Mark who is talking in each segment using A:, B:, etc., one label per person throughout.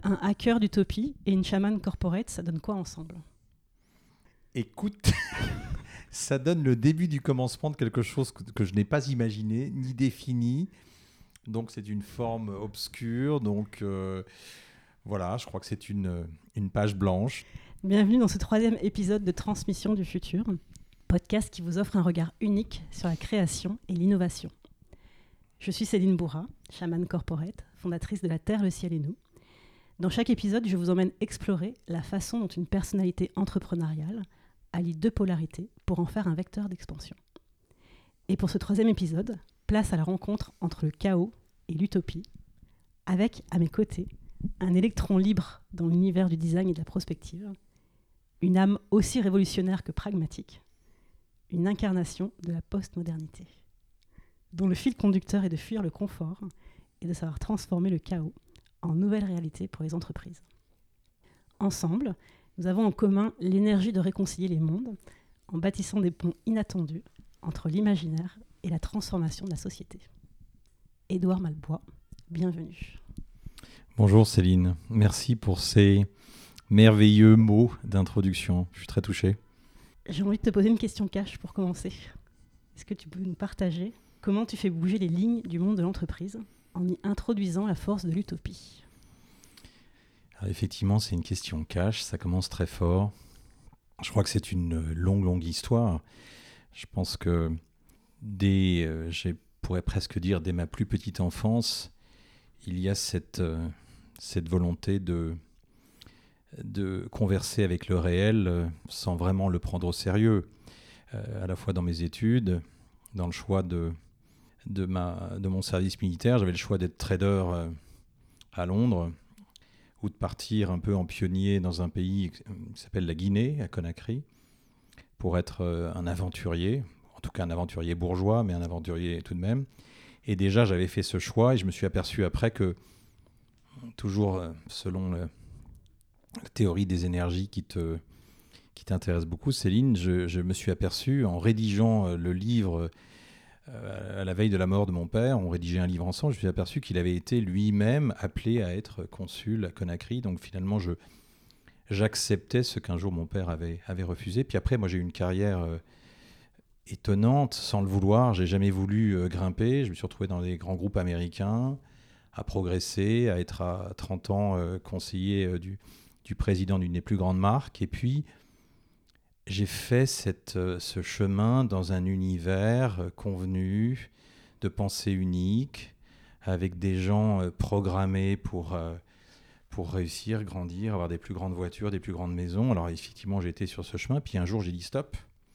A: Un hacker d'utopie et une chamane corporate, ça donne quoi ensemble?
B: Écoute, ça donne le début du commencement de quelque chose que je n'ai pas imaginé ni défini. Donc c'est une forme obscure. Donc voilà, je crois que c'est une page blanche.
A: Bienvenue dans ce 3e épisode de Transmission du futur, podcast qui vous offre un regard unique sur la création et l'innovation. Je suis Céline Bourra, chamane corporate, fondatrice de La Terre, le Ciel et Nous. Dans chaque épisode, je vous emmène explorer la façon dont une personnalité entrepreneuriale allie deux polarités pour en faire un vecteur d'expansion. Et pour ce 3e épisode, place à la rencontre entre le chaos et l'utopie, avec, à mes côtés, un électron libre dans l'univers du design et de la prospective, une âme aussi révolutionnaire que pragmatique, une incarnation de la postmodernité, dont le fil conducteur est de fuir le confort et de savoir transformer le chaos en nouvelle réalité pour les entreprises. Ensemble, nous avons en commun l'énergie de réconcilier les mondes en bâtissant des ponts inattendus entre l'imaginaire et la transformation de la société. Édouard Malbois, bienvenue.
B: Bonjour Céline, merci pour ces merveilleux mots d'introduction. Je suis très touché.
A: J'ai envie de te poser une question cash pour commencer. Est-ce que tu peux nous partager comment tu fais bouger les lignes du monde de l'entreprise en y introduisant la force de l'utopie?
B: Alors, effectivement, c'est une question cash, ça commence très fort. Je crois que c'est une longue histoire. Je pense que je pourrais presque dire dès ma plus petite enfance, il y a cette volonté de converser avec le réel sans vraiment le prendre au sérieux, à la fois dans mes études, dans le choix de mon service militaire. J'avais le choix d'être trader à Londres ou de partir un peu en pionnier dans un pays qui s'appelle la Guinée, à Conakry, pour être un aventurier, en tout cas un aventurier bourgeois, mais un aventurier tout de même. Et déjà, j'avais fait ce choix et je me suis aperçu après que, toujours selon la théorie des énergies qui t'intéresse beaucoup, Céline, je me suis aperçu en rédigeant le livre à la veille de la mort de mon père, on rédigeait un livre ensemble, je me suis aperçu qu'il avait été lui-même appelé à être consul à Conakry. Donc finalement, j'acceptais ce qu'un jour mon père avait refusé. Puis après, moi j'ai eu une carrière étonnante, sans le vouloir. J'ai jamais voulu grimper. Je me suis retrouvé dans des grands groupes américains, à progresser, à être à 30 ans conseiller du président d'une des plus grandes marques. Et puis, j'ai fait ce chemin dans un univers convenu, de pensée unique, avec des gens programmés pour réussir, grandir, avoir des plus grandes voitures, des plus grandes maisons. Alors effectivement, j'ai été sur ce chemin, puis un jour, j'ai dit stop.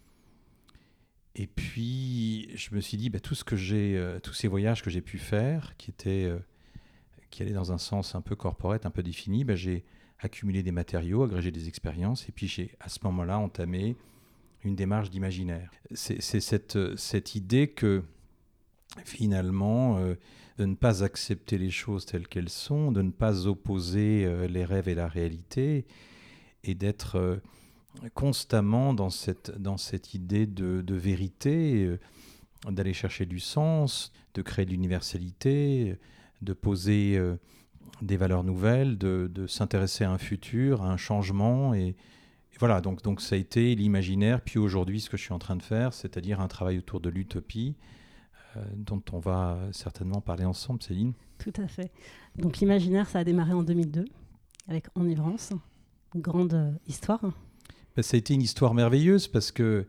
B: Et puis, je me suis dit, tous ces voyages que j'ai pu faire, qui allaient dans un sens un peu corporate, un peu défini, j'ai accumuler des matériaux, agréger des expériences, et puis j'ai à ce moment-là entamé une démarche d'imaginaire. C'est cette idée que finalement, de ne pas accepter les choses telles qu'elles sont, de ne pas opposer les rêves et la réalité, et d'être constamment dans cette idée de vérité, d'aller chercher du sens, de créer de l'universalité, de poser des valeurs nouvelles, de s'intéresser à un futur, à un changement. Et voilà, donc ça a été l'imaginaire. Puis aujourd'hui, ce que je suis en train de faire, c'est-à-dire un travail autour de l'utopie, dont on va certainement parler ensemble, Céline.
A: Tout à fait. Donc l'imaginaire, ça a démarré en 2002, avec Enivrance. Une grande histoire.
B: Ça a été une histoire merveilleuse parce que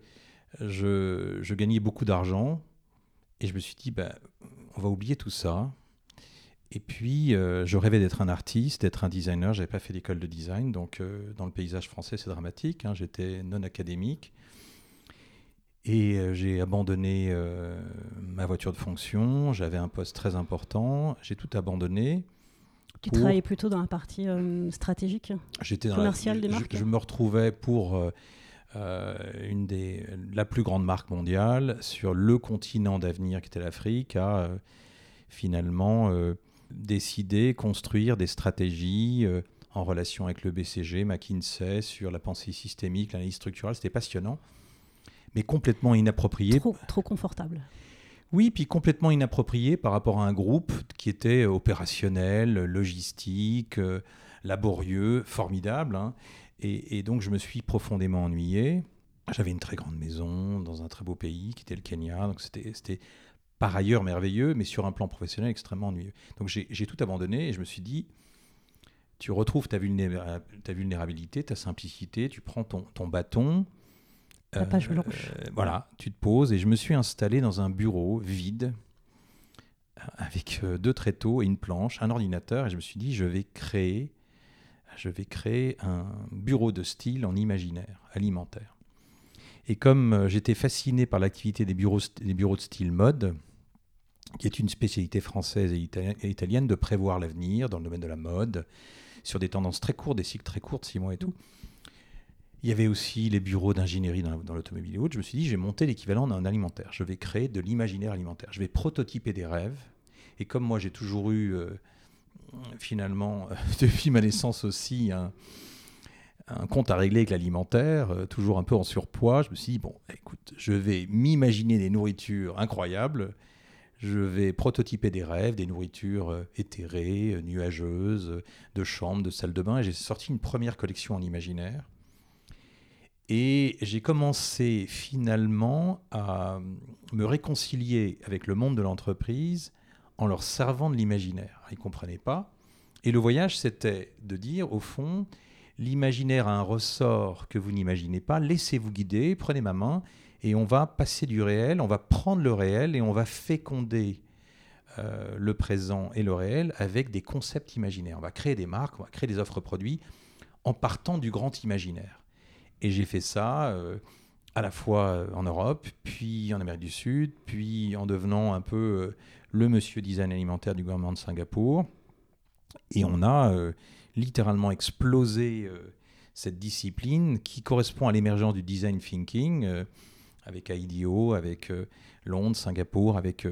B: je gagnais beaucoup d'argent et je me suis dit, on va oublier tout ça. Et puis, je rêvais d'être un artiste, d'être un designer. Je n'avais pas fait d'école de design, donc dans le paysage français, c'est dramatique. J'étais non académique. Et j'ai abandonné ma voiture de fonction. J'avais un poste très important. J'ai tout abandonné.
A: Tu travaillais plutôt dans la partie stratégique, commerciale des marques.
B: Je me retrouvais pour la plus grande marque mondiale sur le continent d'avenir qui était l'Afrique à finalement décider, construire des stratégies en relation avec le BCG, McKinsey, sur la pensée systémique, l'analyse structurelle. C'était passionnant, mais complètement inapproprié.
A: Trop confortable.
B: Oui, puis complètement inapproprié par rapport à un groupe qui était opérationnel, logistique, laborieux, formidable. Hein. Et donc, je me suis profondément ennuyé. J'avais une très grande maison dans un très beau pays qui était le Kenya. Donc, c'était par ailleurs merveilleux, mais sur un plan professionnel extrêmement ennuyeux. Donc, j'ai tout abandonné et je me suis dit, tu retrouves ta vulnérabilité, ta simplicité, tu prends ton bâton.
A: La page blanche.
B: Voilà, tu te poses et je me suis installé dans un bureau vide avec 2 tréteaux et une planche, un ordinateur et je me suis dit je vais créer un bureau de style en imaginaire alimentaire. Et comme j'étais fasciné par l'activité des bureaux de style mode, qui est une spécialité française et italienne de prévoir l'avenir dans le domaine de la mode, sur des tendances très courtes, des cycles très courts, 6 mois et tout. Il y avait aussi les bureaux d'ingénierie dans l'automobile et autres. Je me suis dit, je vais monter l'équivalent d'un alimentaire. Je vais créer de l'imaginaire alimentaire. Je vais prototyper des rêves. Et comme moi, j'ai toujours eu, finalement, depuis ma naissance aussi, un compte à régler avec l'alimentaire, toujours un peu en surpoids, je me suis dit, bon, écoute, je vais m'imaginer des nourritures incroyables. Je vais prototyper des rêves, des nourritures éthérées, nuageuses, de chambres, de salles de bain. Et j'ai sorti une première collection en imaginaire. Et j'ai commencé finalement à me réconcilier avec le monde de l'entreprise en leur servant de l'imaginaire. Ils ne comprenaient pas. Et le voyage, c'était de dire, au fond, l'imaginaire a un ressort que vous n'imaginez pas. Laissez-vous guider, prenez ma main et on va passer du réel, on va prendre le réel et on va féconder le présent et le réel avec des concepts imaginaires. On va créer des marques, on va créer des offres produits en partant du grand imaginaire. Et j'ai fait ça à la fois en Europe, puis en Amérique du Sud, puis en devenant un peu le monsieur design alimentaire du gouvernement de Singapour. Et on a littéralement explosé cette discipline qui correspond à l'émergence du design thinking avec IDEO, avec Londres, Singapour, avec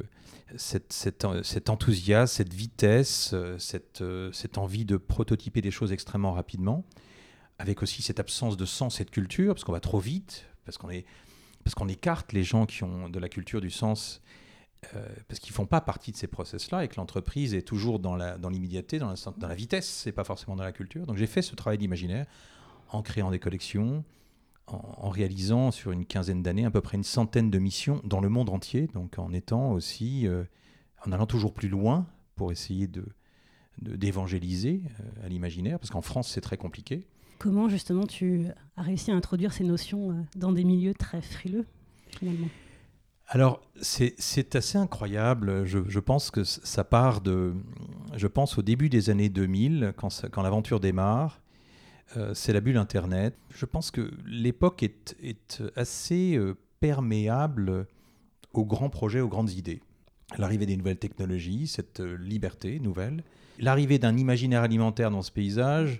B: cet enthousiasme, cette vitesse, cette envie de prototyper des choses extrêmement rapidement, avec aussi cette absence de sens et de culture, parce qu'on va trop vite, parce qu'on écarte les gens qui ont de la culture du sens, parce qu'ils ne font pas partie de ces process-là, et que l'entreprise est toujours dans l'immédiateté, dans la vitesse, et pas forcément dans la culture. Donc j'ai fait ce travail d'imaginaire en créant des collections, en réalisant sur une quinzaine d'années à peu près une centaine de missions dans le monde entier, donc en étant aussi, en allant toujours plus loin pour essayer d'évangéliser à l'imaginaire, parce qu'en France c'est très compliqué.
A: Comment justement tu as réussi à introduire ces notions dans des milieux très frileux finalement ?
B: Alors c'est assez incroyable, je pense que ça part je pense au début des années 2000, quand l'aventure démarre. C'est la bulle Internet. Je pense que l'époque est assez perméable aux grands projets, aux grandes idées. L'arrivée des nouvelles technologies, cette liberté nouvelle, l'arrivée d'un imaginaire alimentaire dans ce paysage,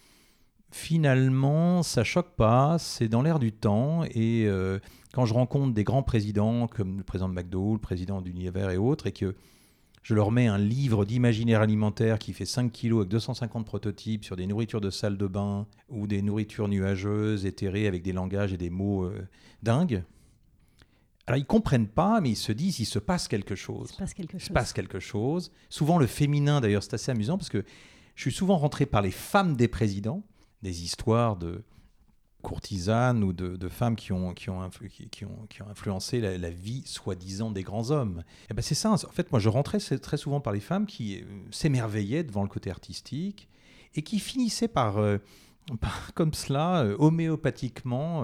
B: finalement, ça choque pas, c'est dans l'air du temps. Et quand je rencontre des grands présidents, comme le président de McDo, le président d'Unilever et autres, et que je leur mets un livre d'imaginaire alimentaire qui fait 5 kilos avec 250 prototypes sur des nourritures de salle de bain ou des nourritures nuageuses, éthérées, avec des langages et des mots dingues. Alors, ils ne comprennent pas, mais ils se disent qu'il se passe quelque chose. Il se passe quelque chose. Souvent, le féminin, d'ailleurs, c'est assez amusant parce que je suis souvent rentré par les femmes des présidents, des histoires de courtisanes ou de femmes qui ont influencé la vie soi-disant des grands hommes. Et ben c'est ça, en fait, moi je rentrais très souvent par les femmes qui s'émerveillaient devant le côté artistique et qui finissaient par comme cela, homéopathiquement,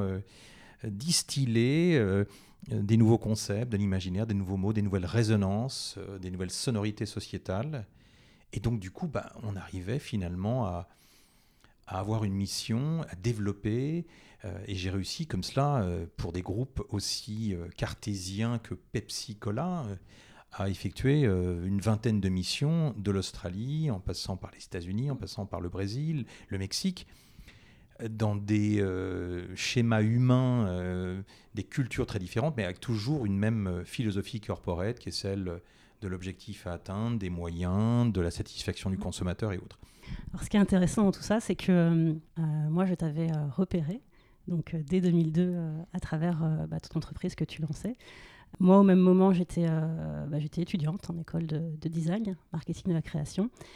B: distiller des nouveaux concepts, de l'imaginaire, des nouveaux mots, des nouvelles résonances, des nouvelles sonorités sociétales. Et donc du coup, on arrivait finalement à avoir une mission, à développer, et j'ai réussi comme cela, pour des groupes aussi cartésiens que Pepsi Cola, à effectuer une vingtaine de missions de l'Australie, en passant par les États-Unis, en passant par le Brésil, le Mexique, dans des schémas humains, des cultures très différentes, mais avec toujours une même philosophie corporate qui est celle de l'objectif à atteindre, des moyens, de la satisfaction du consommateur et autres.
A: Alors, ce qui est intéressant dans tout ça, c'est que moi, je t'avais repéré donc, dès 2002 à travers toute entreprise que tu lançais. Moi, au même moment, j'étais étudiante en école de design, marketing de la création.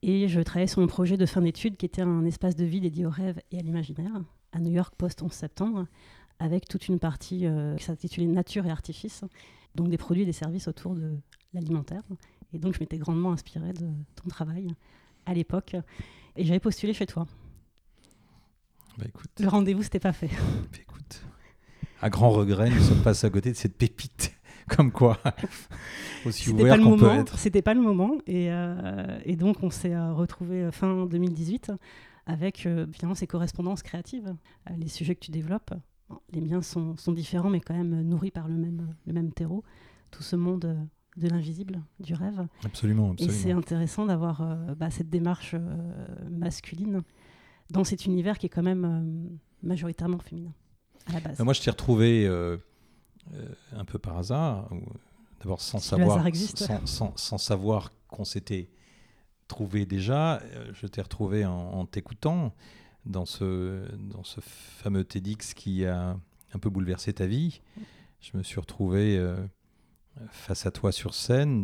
A: Et je travaillais sur mon projet de fin d'études qui était un espace de vie dédié au rêve et à l'imaginaire à New York post-11 septembre, avec toute une partie qui s'intitulait Nature et artifice, donc des produits et des services autour de l'alimentaire. Et donc je m'étais grandement inspirée de ton travail à l'époque et j'avais postulé chez toi.
B: Écoute,
A: le rendez-vous s'était pas fait.
B: Écoute, à grand regret, nous sommes passés à côté de cette pépite. Comme quoi, aussi ouvert qu'on peut être.
A: C'était pas le moment. Et donc, on s'est retrouvés fin 2018 avec finalement ces correspondances créatives. Les sujets que tu développes, les miens sont différents, mais quand même nourris par le même terreau. Tout ce monde de l'invisible, du rêve.
B: Absolument.
A: Et c'est intéressant d'avoir cette démarche masculine dans cet univers qui est quand même majoritairement féminin, à la base.
B: Moi, je t'ai retrouvé... un peu par hasard, d'abord sans savoir qu'on s'était trouvé déjà, je t'ai retrouvé en t'écoutant dans ce fameux TEDx qui a un peu bouleversé ta vie. Je me suis retrouvé face à toi sur scène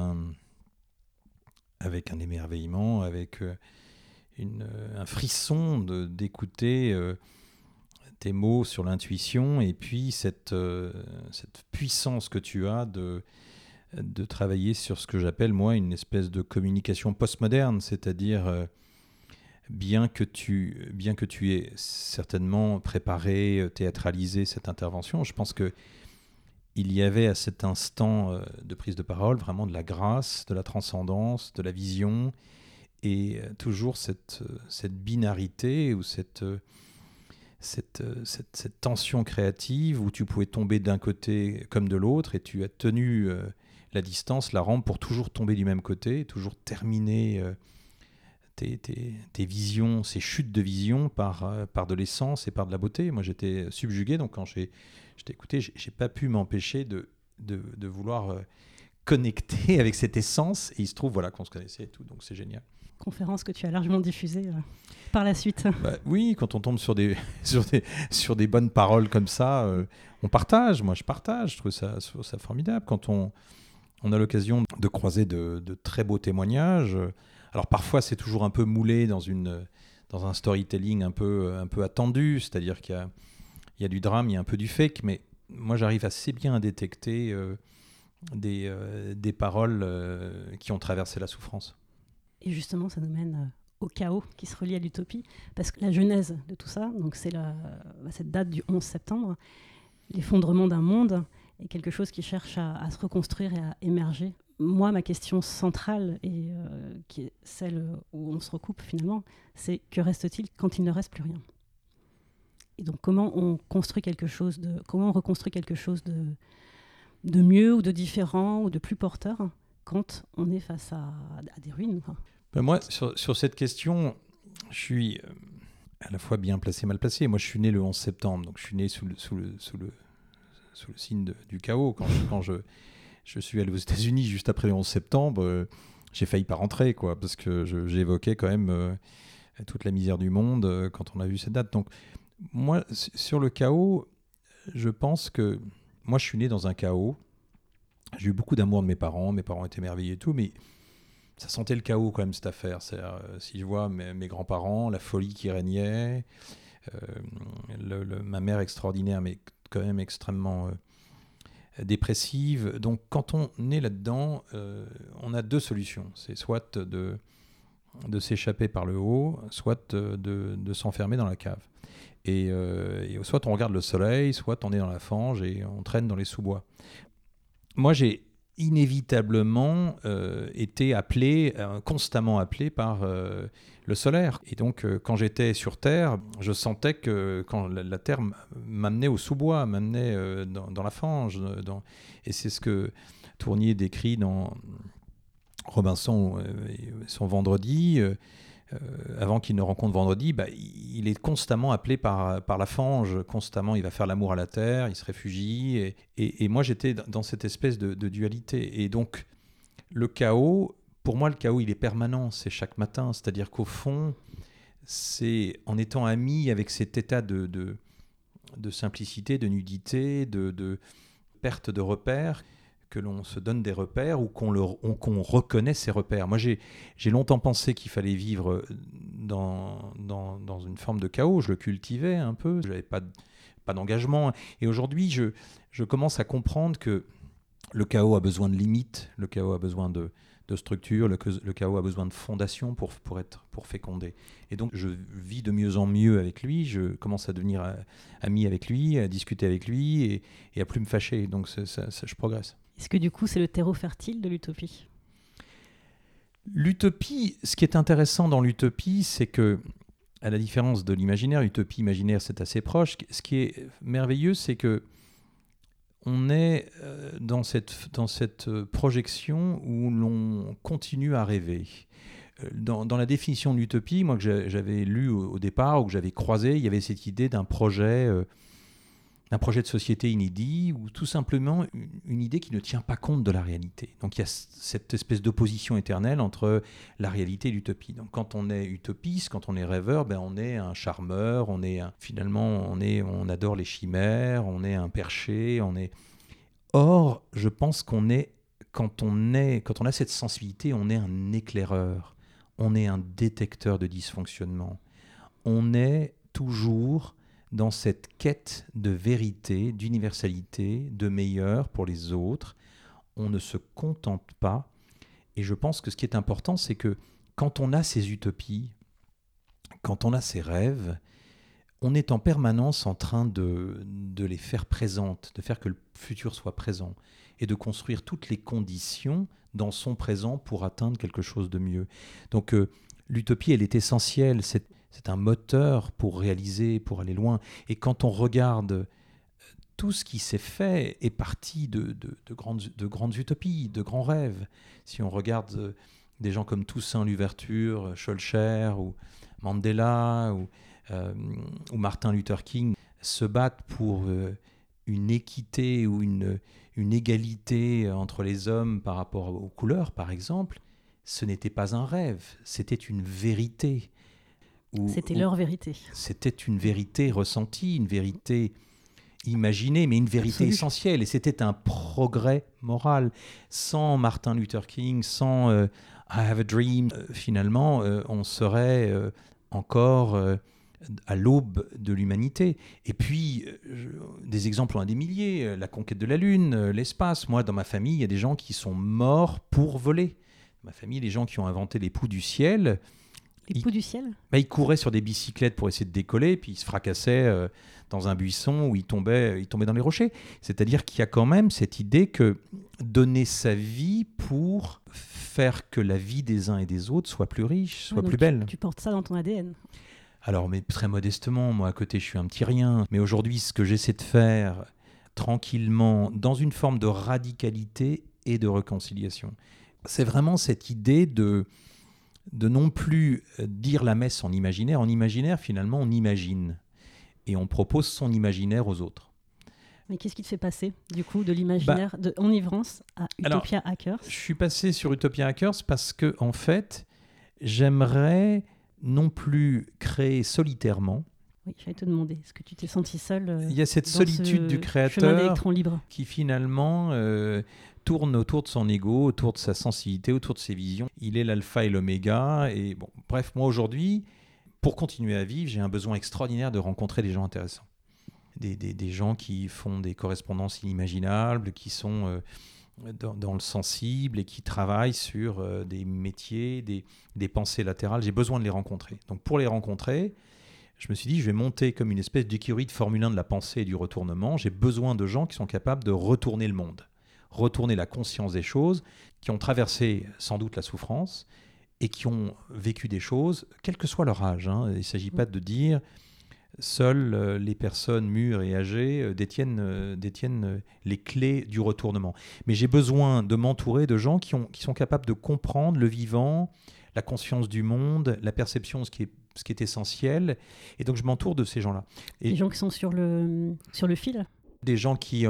B: avec un émerveillement, avec un frisson d'écouter tes mots sur l'intuition et puis cette puissance que tu as de travailler sur ce que j'appelle moi une espèce de communication postmoderne, c'est-à-dire bien que tu aies certainement préparé, théâtralisé cette intervention, je pense que il y avait à cet instant de prise de parole vraiment de la grâce, de la transcendance, de la vision et toujours cette binarité ou cette tension créative où tu pouvais tomber d'un côté comme de l'autre et tu as tenu la distance, la rampe pour toujours tomber du même côté, toujours terminer tes visions, ces chutes de vision par de l'essence et par de la beauté. Moi j'étais subjugué, donc quand je t'ai écouté, j'ai pas pu m'empêcher de vouloir connecter avec cette essence et il se trouve qu'on se connaissait et tout, donc c'est génial.
A: Conférence que tu as largement diffusée par la suite.
B: Oui, quand on tombe sur des bonnes paroles comme ça, on partage. Moi, je partage. Je trouve ça formidable. Quand on a l'occasion de croiser de très beaux témoignages, alors parfois c'est toujours un peu moulé dans un storytelling un peu attendu, c'est-à-dire qu'il y a du drame, il y a un peu du fake, mais moi j'arrive assez bien à détecter des paroles qui ont traversé la souffrance.
A: Et justement, ça nous mène au chaos qui se relie à l'utopie, parce que la genèse de tout ça, donc c'est cette date du 11 septembre, l'effondrement d'un monde est quelque chose qui cherche à se reconstruire et à émerger. Moi, ma question centrale, et qui est celle où on se recoupe finalement, c'est que reste-t-il quand il ne reste plus rien ? Et donc comment on reconstruit quelque chose de mieux ou de différent ou de plus porteur quand on est face à des ruines, quoi.
B: Moi, sur cette question, je suis à la fois bien placé, mal placé. Moi, je suis né le 11 septembre, donc je suis né sous le signe du chaos. Quand je suis allé aux États-Unis juste après le 11 septembre, j'ai failli pas rentrer, parce que j'évoquais quand même toute la misère du monde quand on a vu cette date. Donc, moi, sur le chaos, je pense que moi, je suis né dans un chaos. J'ai eu beaucoup d'amour de mes parents étaient merveilleux et tout, mais ça sentait le chaos quand même cette affaire. Si je vois mes grands-parents, la folie qui régnait, ma mère extraordinaire, mais quand même extrêmement dépressive. Donc quand on est là-dedans, on a deux solutions. C'est soit de s'échapper par le haut, soit de s'enfermer dans la cave. Et soit on regarde le soleil, soit on est dans la fange et on traîne dans les sous-bois. Moi, j'ai inévitablement été constamment appelé par le solaire. Et donc, quand j'étais sur Terre, je sentais que quand la Terre m'amenait au sous-bois, m'amenait dans la fange. Et c'est ce que Tournier décrit dans Robinson, son Vendredi. Avant qu'il ne rencontre Vendredi, il est constamment appelé par la fange, constamment il va faire l'amour à la terre, il se réfugie, et moi j'étais dans cette espèce de dualité, et donc le chaos, pour moi le chaos il est permanent, c'est chaque matin, c'est-à-dire qu'au fond, c'est en étant ami avec cet état de simplicité, de nudité, de perte de repères, que l'on se donne des repères ou qu'on reconnaît ces repères. Moi, j'ai longtemps pensé qu'il fallait vivre dans une forme de chaos. Je le cultivais un peu, je n'avais pas d'engagement. Et aujourd'hui, je commence à comprendre que le chaos a besoin de limites, le chaos a besoin de structure, le chaos a besoin de fondation pour féconder. Et donc, je vis de mieux en mieux avec lui, je commence à devenir ami avec lui, à discuter avec lui et à plus me fâcher. Donc, je progresse.
A: Est-ce que du coup, c'est le terreau fertile de l'utopie ?
B: L'utopie, ce qui est intéressant dans l'utopie, c'est que, à la différence de l'imaginaire, utopie, imaginaire, c'est assez proche. Ce qui est merveilleux, c'est que on est dans cette projection où l'on continue à rêver. Dans la définition de l'utopie, moi que j'avais lu au départ ou que j'avais croisé, il y avait cette idée d'un projet de société inédit ou tout simplement une idée qui ne tient pas compte de la réalité. Donc il y a cette espèce d'opposition éternelle entre la réalité et l'utopie. Donc quand on est utopiste, quand on est rêveur, on est un charmeur, on adore les chimères, on est un perché, Or, je pense quand on a cette sensibilité, on est un éclaireur, on est un détecteur de dysfonctionnement. On est toujours dans cette quête de vérité, d'universalité, de meilleur pour les autres. On ne se contente pas. Et je pense que ce qui est important, c'est que quand on a ces utopies, quand on a ces rêves, on est en permanence en train de les faire présentes, de faire que le futur soit présent et de construire toutes les conditions dans son présent pour atteindre quelque chose de mieux. Donc l'utopie, elle est essentielle. C'est un moteur pour réaliser, pour aller loin. Et quand on regarde tout ce qui s'est fait est parti de grandes utopies, de grands rêves. Si on regarde des gens comme Toussaint Louverture, Schœlcher ou Mandela ou Martin Luther King se battent pour une équité ou une égalité entre les hommes par rapport aux couleurs, par exemple, ce n'était pas un rêve, c'était une vérité.
A: C'était leur vérité.
B: C'était une vérité ressentie, une vérité imaginée, mais une vérité essentielle. Et c'était un progrès moral. Sans Martin Luther King, sans I Have a Dream, finalement, on serait encore à l'aube de l'humanité. Et puis, des exemples en a des milliers. La conquête de la Lune, l'espace. Moi, dans ma famille, il y a des gens qui sont morts pour voler. Dans ma famille, les gens qui ont inventé les poux du ciel...
A: Les poux du ciel ?
B: Ils couraient sur des bicyclettes pour essayer de décoller, puis ils se fracassaient dans un buisson où ils tombaient dans les rochers. C'est-à-dire qu'il y a quand même cette idée que donner sa vie pour faire que la vie des uns et des autres soit plus riche, soit plus belle.
A: Tu portes ça dans ton ADN.
B: Alors, mais très modestement, moi à côté, je suis un petit rien. Mais aujourd'hui, ce que j'essaie de faire tranquillement, dans une forme de radicalité et de réconciliation, c'est vraiment cette idée de non plus dire la messe en imaginaire. En imaginaire, finalement, on imagine. Et on propose son imaginaire aux autres.
A: Mais qu'est-ce qui te fait passer, du coup, de l'imaginaire de Enivrance à Utopia Hackers ?
B: Je suis passé sur Utopia Hackers parce que, en fait, j'aimerais non plus créer solitairement.
A: Oui, j'allais te demander, est-ce que tu t'es senti seul
B: Il y a cette solitude du créateur qui, finalement... tourne autour de son ego, autour de sa sensibilité, autour de ses visions. Il est l'alpha et l'oméga. Et bon, bref, moi aujourd'hui, pour continuer à vivre, j'ai un besoin extraordinaire de rencontrer des gens intéressants. Des gens qui font des correspondances inimaginables, qui sont dans le sensible et qui travaillent sur des métiers, des pensées latérales. J'ai besoin de les rencontrer. Donc pour les rencontrer, je me suis dit, je vais monter comme une espèce d'écurie de Formule 1 de la pensée et du retournement. J'ai besoin de gens qui sont capables de retourner le monde. Retourner la conscience des choses, qui ont traversé sans doute la souffrance et qui ont vécu des choses, quel que soit leur âge. Il ne s'agit pas de dire seules les personnes mûres et âgées détiennent les clés du retournement. Mais j'ai besoin de m'entourer de gens qui sont capables de comprendre le vivant, la conscience du monde, la perception de ce qui est essentiel. Et donc je m'entoure de ces gens-là.
A: Les gens qui sont sur le fil ?
B: Des gens qui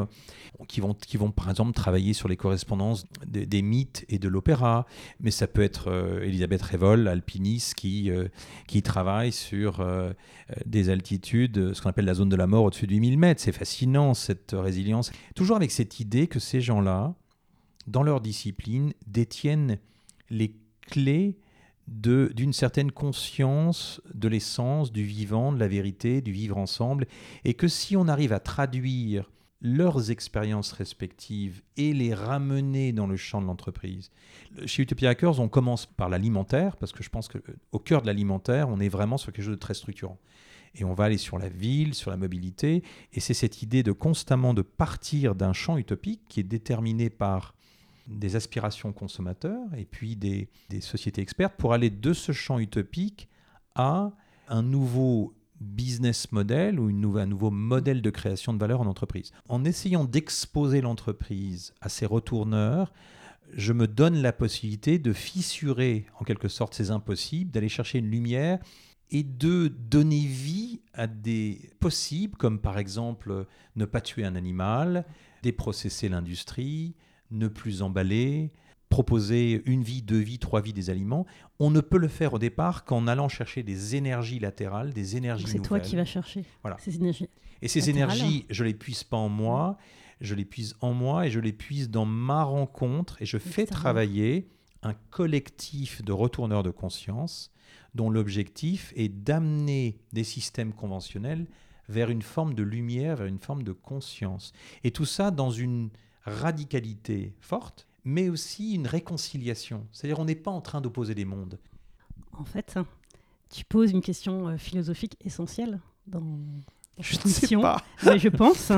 B: vont par exemple travailler sur les correspondances des mythes et de l'opéra, mais ça peut être Elisabeth Révol, alpiniste, qui travaille sur des altitudes, ce qu'on appelle la zone de la mort au-dessus de 8000 mètres. C'est fascinant, cette résilience. Toujours avec cette idée que ces gens-là dans leur discipline, détiennent les clés d'une certaine conscience de l'essence, du vivant, de la vérité, du vivre ensemble, et que si on arrive à traduire leurs expériences respectives et les ramener dans le champ de l'entreprise. Chez Utopia Hackers, on commence par l'alimentaire, parce que je pense qu'au cœur de l'alimentaire, on est vraiment sur quelque chose de très structurant. Et on va aller sur la ville, sur la mobilité, et c'est cette idée de constamment de partir d'un champ utopique qui est déterminé par des aspirations consommateurs et puis des sociétés expertes pour aller de ce champ utopique à un nouveau business model ou un nouveau modèle de création de valeur en entreprise. En essayant d'exposer l'entreprise à ces retourneurs, je me donne la possibilité de fissurer en quelque sorte ces impossibles, d'aller chercher une lumière et de donner vie à des possibles comme par exemple ne pas tuer un animal, déprocesser l'industrie, ne plus emballer, proposer une vie, 2 vies, 3 vies des aliments. On ne peut le faire au départ qu'en allant chercher des énergies latérales, des énergies nouvelles.
A: C'est toi qui vas chercher ces énergies.
B: Et ces énergies, je ne les puise pas en moi, je les puise en moi et je les puise dans ma rencontre et je fais travailler un collectif de retourneurs de conscience dont l'objectif est d'amener des systèmes conventionnels vers une forme de lumière, vers une forme de conscience. Et tout ça dans une radicalité forte, mais aussi une réconciliation. C'est-à-dire on n'est pas en train d'opposer des mondes.
A: En fait, tu poses une question philosophique essentielle dans cette mission. Mais je pense,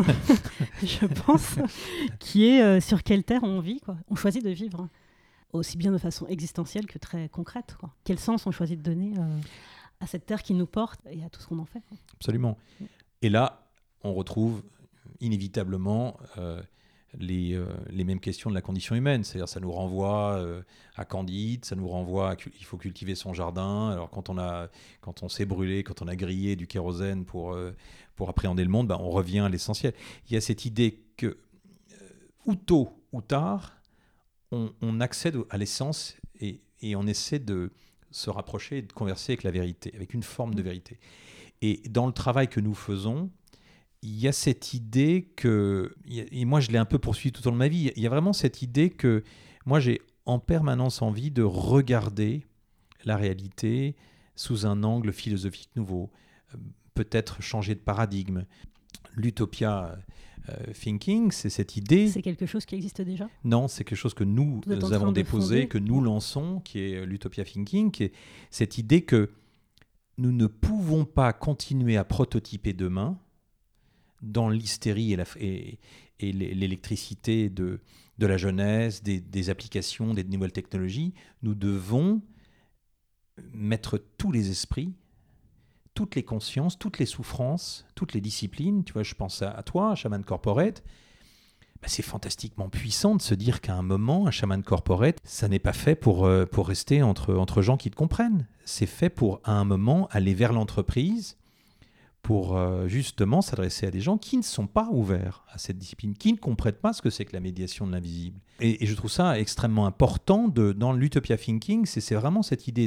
A: qui est sur quelle terre on vit, quoi. On choisit de vivre, aussi bien de façon existentielle que très concrète, quoi. Quel sens on choisit de donner à cette terre qui nous porte et à tout ce qu'on en fait, quoi.
B: Absolument. Et là, on retrouve inévitablement les mêmes questions de la condition humaine. C'est-à-dire ça nous renvoie à Candide, ça nous renvoie à qu'il faut cultiver son jardin. Alors quand on s'est brûlé, quand on a grillé du kérosène pour appréhender le monde, on revient à l'essentiel. Il y a cette idée que ou tôt ou tard, on accède à l'essence et on essaie de se rapprocher et de converser avec la vérité, avec une forme de vérité. Et dans le travail que nous faisons, il y a cette idée que, et moi je l'ai un peu poursuivi tout au long de ma vie, il y a vraiment cette idée que moi j'ai en permanence envie de regarder la réalité sous un angle philosophique nouveau, peut-être changer de paradigme. L'utopia thinking, c'est cette idée...
A: C'est quelque chose qui existe déjà ?
B: Non, c'est quelque chose que nous avons déposé, que nous lançons, qui est l'utopia thinking, qui est cette idée que nous ne pouvons pas continuer à prototyper demain dans l'hystérie et l'électricité de la jeunesse, des applications, des nouvelles technologies. Nous devons mettre tous les esprits, toutes les consciences, toutes les souffrances, toutes les disciplines. Tu vois, je pense à toi, à Shaman Corporate. C'est fantastiquement puissant de se dire qu'à un moment, un Shaman Corporate, ça n'est pas fait pour rester entre gens qui te comprennent. C'est fait pour, à un moment, aller vers l'entreprise, pour justement s'adresser à des gens qui ne sont pas ouverts à cette discipline, qui ne comprennent pas ce que c'est que la médiation de l'invisible. Et je trouve ça extrêmement important dans l'Utopia Thinking, c'est vraiment cette idée,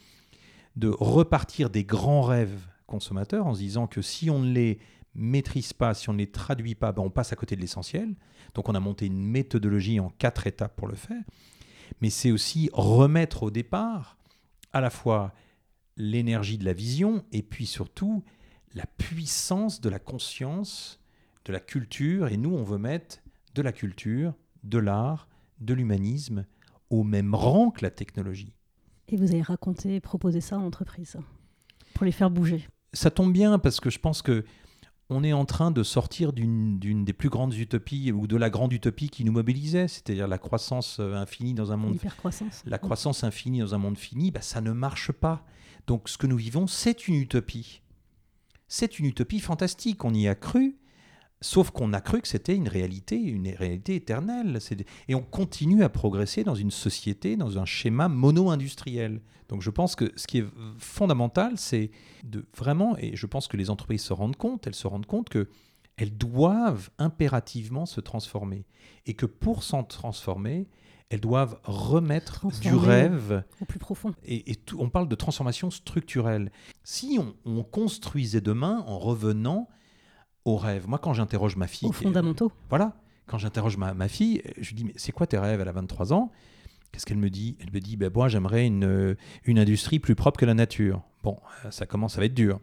B: de repartir des grands rêves consommateurs en se disant que si on ne les maîtrise pas, si on ne les traduit pas, on passe à côté de l'essentiel. Donc on a monté une méthodologie en 4 étapes pour le faire. Mais c'est aussi remettre au départ à la fois l'énergie de la vision et puis surtout la puissance de la conscience, de la culture. Et nous, on veut mettre de la culture, de l'art, de l'humanisme au même rang que la technologie.
A: Et vous avez raconté, proposé ça en entreprise pour les faire bouger.
B: Ça tombe bien parce que je pense que on est en train de sortir d'une des plus grandes utopies ou de la grande utopie qui nous mobilisait, c'est-à-dire la croissance infinie dans un monde...
A: L'hypercroissance.
B: La croissance infinie dans un monde fini, ça ne marche pas. Donc ce que nous vivons, c'est une utopie. C'est une utopie fantastique, on y a cru, sauf qu'on a cru que c'était une réalité éternelle. Et on continue à progresser dans une société, dans un schéma mono-industriel. Donc je pense que ce qui est fondamental, c'est de vraiment, et je pense que les entreprises elles se rendent compte qu'elles doivent impérativement se transformer. Et que pour s'en transformer, elles doivent remettre du rêve
A: au plus profond.
B: Et on parle de transformation structurelle. Si on construisait demain en revenant aux rêves, moi quand j'interroge ma fille...
A: Aux fondamentaux.
B: Voilà. quand j'interroge ma fille, je lui dis, mais c'est quoi tes rêves? Elle a 23 ans. Qu'est-ce qu'elle me dit? Elle me dit, moi, j'aimerais une industrie plus propre que la nature. Bon, ça commence à être dur.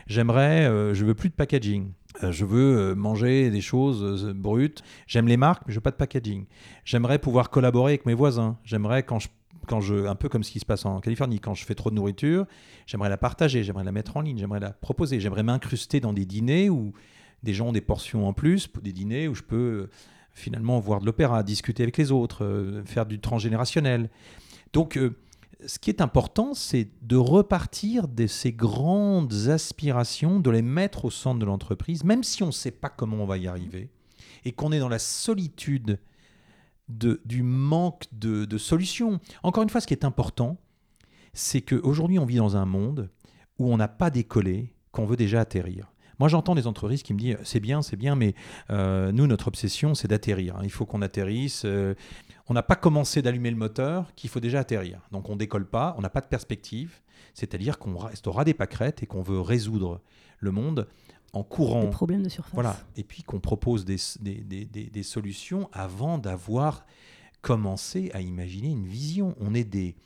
B: Je veux plus de packaging. Je veux manger des choses brutes. J'aime les marques, mais je veux pas de packaging. J'aimerais pouvoir collaborer avec mes voisins. J'aimerais un peu comme ce qui se passe en Californie, quand je fais trop de nourriture, j'aimerais la partager, j'aimerais la mettre en ligne, j'aimerais la proposer, j'aimerais m'incruster dans des dîners où des gens ont des portions en plus, des dîners où je peux finalement voir de l'opéra, discuter avec les autres, faire du transgénérationnel. Donc, ce qui est important, c'est de repartir de ces grandes aspirations, de les mettre au centre de l'entreprise, même si on ne sait pas comment on va y arriver, et qu'on est dans la solitude du manque de solutions. Encore une fois, ce qui est important, c'est qu'aujourd'hui, on vit dans un monde où on n'a pas décollé, qu'on veut déjà atterrir. Moi, j'entends des entreprises qui me disent « c'est bien, mais nous, notre obsession, c'est d'atterrir. Il faut qu'on atterrisse. On n'a pas commencé d'allumer le moteur, qu'il faut déjà atterrir. Donc, on ne décolle pas, on n'a pas de perspective. C'est-à-dire qu'on reste au ras des pâquerettes et qu'on veut résoudre le monde en courant.
A: Des problèmes de surface.
B: Voilà. Et puis qu'on propose des solutions avant d'avoir commencé à imaginer une vision. On est des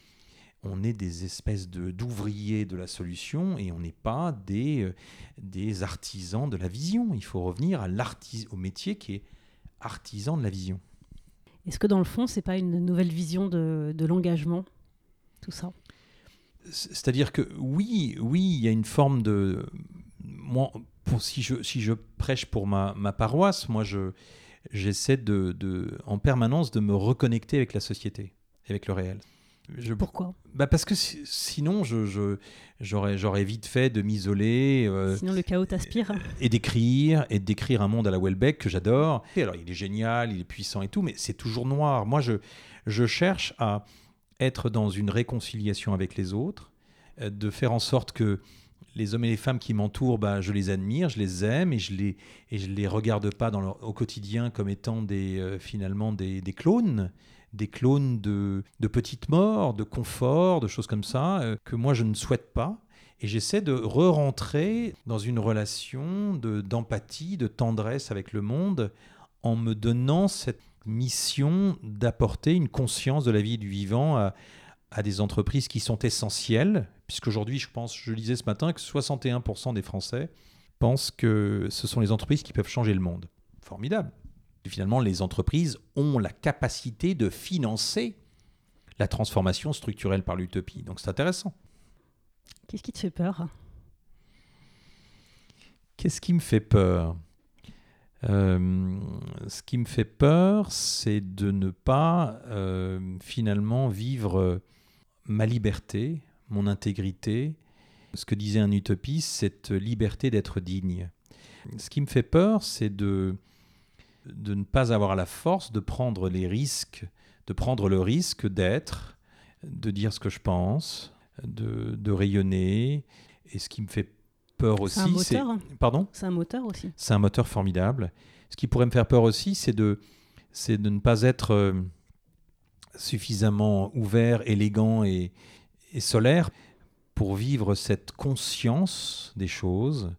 B: espèces d'ouvriers de la solution et on n'est pas des artisans de la vision. Il faut revenir au métier qui est artisan de la vision.
A: Est-ce que dans le fond, c'est pas une nouvelle vision de l'engagement, tout ça?
B: C'est-à-dire que oui, il y a une forme de... Moi, si je prêche pour ma paroisse, moi j'essaie en permanence de me reconnecter avec la société, avec le réel.
A: Pourquoi?
B: Parce que sinon, j'aurais vite fait de m'isoler.
A: Sinon, le chaos t'aspire.
B: Et d'écrire un monde à la Houellebecq que j'adore. Et alors, il est génial, il est puissant et tout, mais c'est toujours noir. Moi, je cherche à être dans une réconciliation avec les autres, de faire en sorte que les hommes et les femmes qui m'entourent, je les admire, je les aime et je les regarde pas au quotidien comme étant finalement des clones. Des clones de petites morts, de confort, de choses comme ça, que moi je ne souhaite pas. Et j'essaie de re-rentrer dans une relation d'empathie, de tendresse avec le monde, en me donnant cette mission d'apporter une conscience de la vie et du vivant à des entreprises qui sont essentielles, puisqu'aujourd'hui, je lisais ce matin que 61% des Français pensent que ce sont les entreprises qui peuvent changer le monde. Formidable. Et finalement, les entreprises ont la capacité de financer la transformation structurelle par l'utopie. Donc c'est intéressant.
A: Qu'est-ce qui te fait peur?
B: Qu'est-ce qui me fait peur? Ce qui me fait peur, c'est de ne pas finalement vivre ma liberté, mon intégrité. Ce que disait un utopiste, cette liberté d'être digne. Ce qui me fait peur, c'est de ne pas avoir la force de prendre les risques, de prendre le risque d'être, de dire ce que je pense, de rayonner. Et ce qui me fait peur aussi,
A: c'est un moteur.
B: Pardon ?
A: C'est un moteur aussi.
B: C'est un moteur formidable. Ce qui pourrait me faire peur aussi, c'est de ne pas être suffisamment ouvert, élégant et solaire pour vivre cette conscience des choses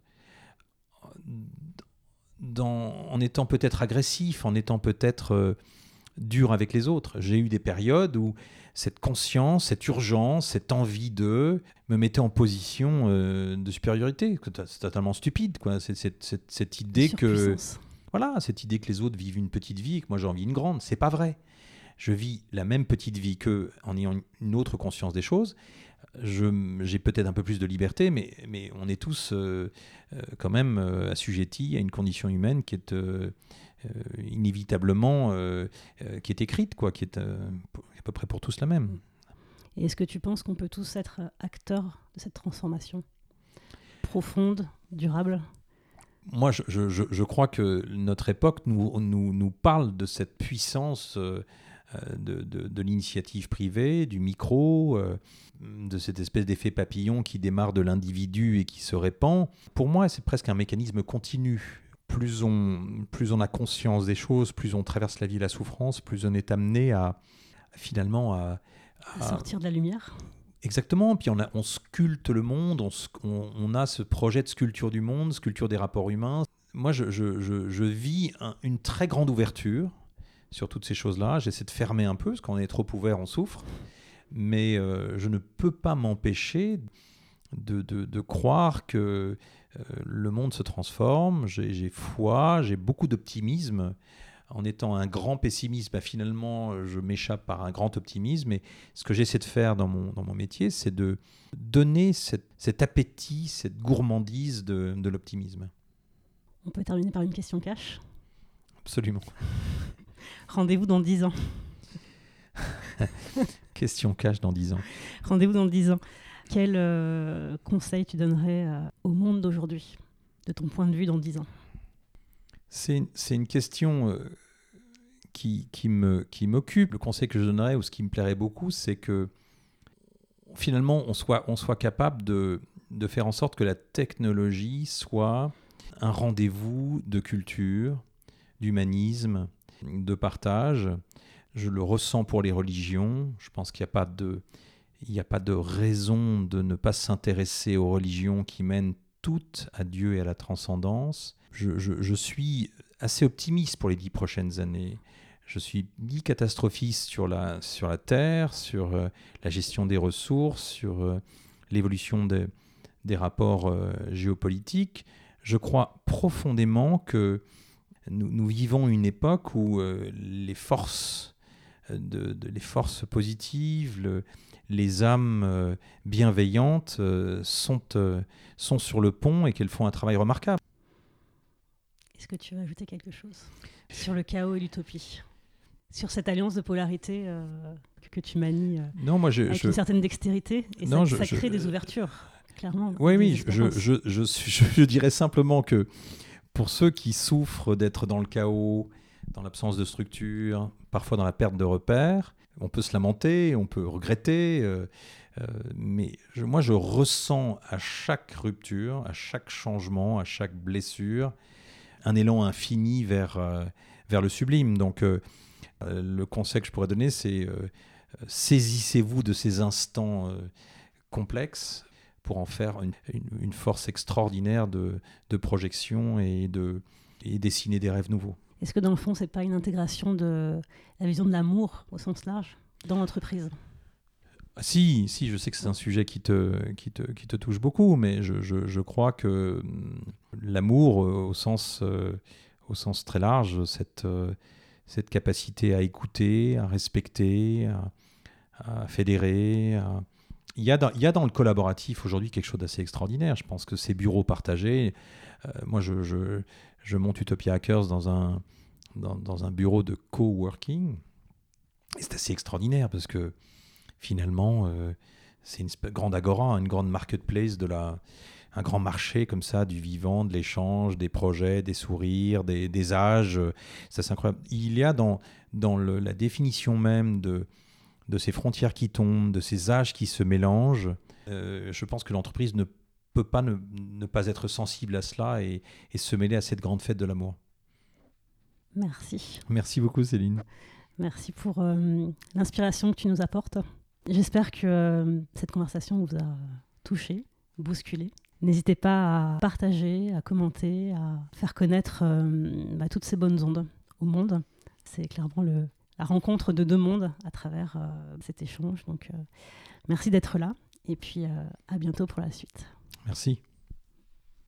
B: en étant peut-être agressif, en étant peut-être dur avec les autres. J'ai eu des périodes où cette conscience, cette urgence, cette envie me mettait en position de supériorité. C'est totalement stupide, quoi. C'est cette idée cette idée que les autres vivent une petite vie et que moi j'ai envie d'une grande. C'est pas vrai. Je vis la même petite vie qu'eux en ayant une autre conscience des choses. J'ai peut-être un peu plus de liberté, mais on est tous quand même assujettis à une condition humaine qui est inévitablement qui est écrite, quoi, qui est à peu près pour tous la même.
A: Et est-ce que tu penses qu'on peut tous être acteurs de cette transformation profonde, durable ?
B: Moi, je crois que notre époque nous parle de cette puissance de l'initiative privée, du micro, de cette espèce d'effet papillon qui démarre de l'individu et qui se répand. Pour moi, c'est presque un mécanisme continu. Plus on a conscience des choses, plus on traverse la vie et la souffrance, plus on est amené à
A: sortir de la lumière.
B: Exactement, puis on sculpte le monde, on a ce projet de sculpture du monde, sculpture des rapports humains. moi, je vis une très grande ouverture sur toutes ces choses-là. J'essaie de fermer un peu, parce qu'on est trop ouvert, on souffre. Mais je ne peux pas m'empêcher de croire que le monde se transforme. J'ai foi, j'ai beaucoup d'optimisme. En étant un grand pessimiste, finalement, je m'échappe par un grand optimisme. Et ce que j'essaie de faire dans mon métier, c'est de donner cet appétit, cette gourmandise de l'optimisme.
A: On peut terminer par une question cash.
B: Absolument.
A: Rendez-vous dans 10 ans.
B: Question cash dans 10 ans.
A: Rendez-vous dans 10 ans. Quel conseil tu donnerais au monde d'aujourd'hui, de ton point de vue dans 10 ans ?
B: C'est une question qui m'occupe. Le conseil que je donnerais, ou ce qui me plairait beaucoup, c'est que finalement, on soit capable de faire en sorte que la technologie soit un rendez-vous de culture, d'humanisme, de partage. Je le ressens pour les religions. Je pense qu'il n'y a pas de raison de ne pas s'intéresser aux religions qui mènent toutes à Dieu et à la transcendance. Je suis assez optimiste pour les 10 prochaines années. Je suis ni catastrophiste sur la Terre, sur la gestion des ressources, sur l'évolution des rapports géopolitiques. Je crois profondément que nous vivons une époque où les forces positives, les âmes bienveillantes sont sur le pont et qu'elles font un travail remarquable.
A: Est-ce que tu veux ajouter quelque chose sur le chaos et l'utopie ? Sur cette alliance de polarité que tu manies avec une certaine dextérité, et ça crée des ouvertures, clairement.
B: Oui, je dirais simplement que pour ceux qui souffrent d'être dans le chaos, dans l'absence de structure, parfois dans la perte de repères, on peut se lamenter, on peut regretter, mais moi je ressens à chaque rupture, à chaque changement, à chaque blessure, un élan infini vers le sublime. Donc le conseil que je pourrais donner, c'est saisissez-vous de ces instants complexes pour en faire une force extraordinaire de projection et dessiner des rêves nouveaux.
A: Est-ce que dans le fond, c'est pas une intégration de la vision de l'amour au sens large dans l'entreprise ?
B: Si, je sais que c'est un sujet qui te touche beaucoup, mais je crois que l'amour, au sens très large, cette capacité à écouter, à respecter, à fédérer. Il y a dans le collaboratif aujourd'hui quelque chose d'assez extraordinaire. Je pense que ces bureaux partagés, moi je monte Utopia Hackers dans un bureau de coworking. Et c'est assez extraordinaire parce que finalement, c'est une grande agora, une grande marketplace, un grand marché comme ça, du vivant, de l'échange, des projets, des sourires, des âges. Ça, c'est incroyable. Il y a dans la définition même de ces frontières qui tombent, de ces âges qui se mélangent, je pense que l'entreprise ne peut pas ne pas être sensible à cela et se mêler à cette grande fête de l'amour.
A: Merci.
B: Merci beaucoup, Céline.
A: Merci pour l'inspiration que tu nous apportes. J'espère que cette conversation vous a touché, bousculé. N'hésitez pas à partager, à commenter, à faire connaître toutes ces bonnes ondes au monde. C'est clairement la rencontre de deux mondes à travers cet échange. Donc, merci d'être là et puis à bientôt pour la suite.
B: Merci.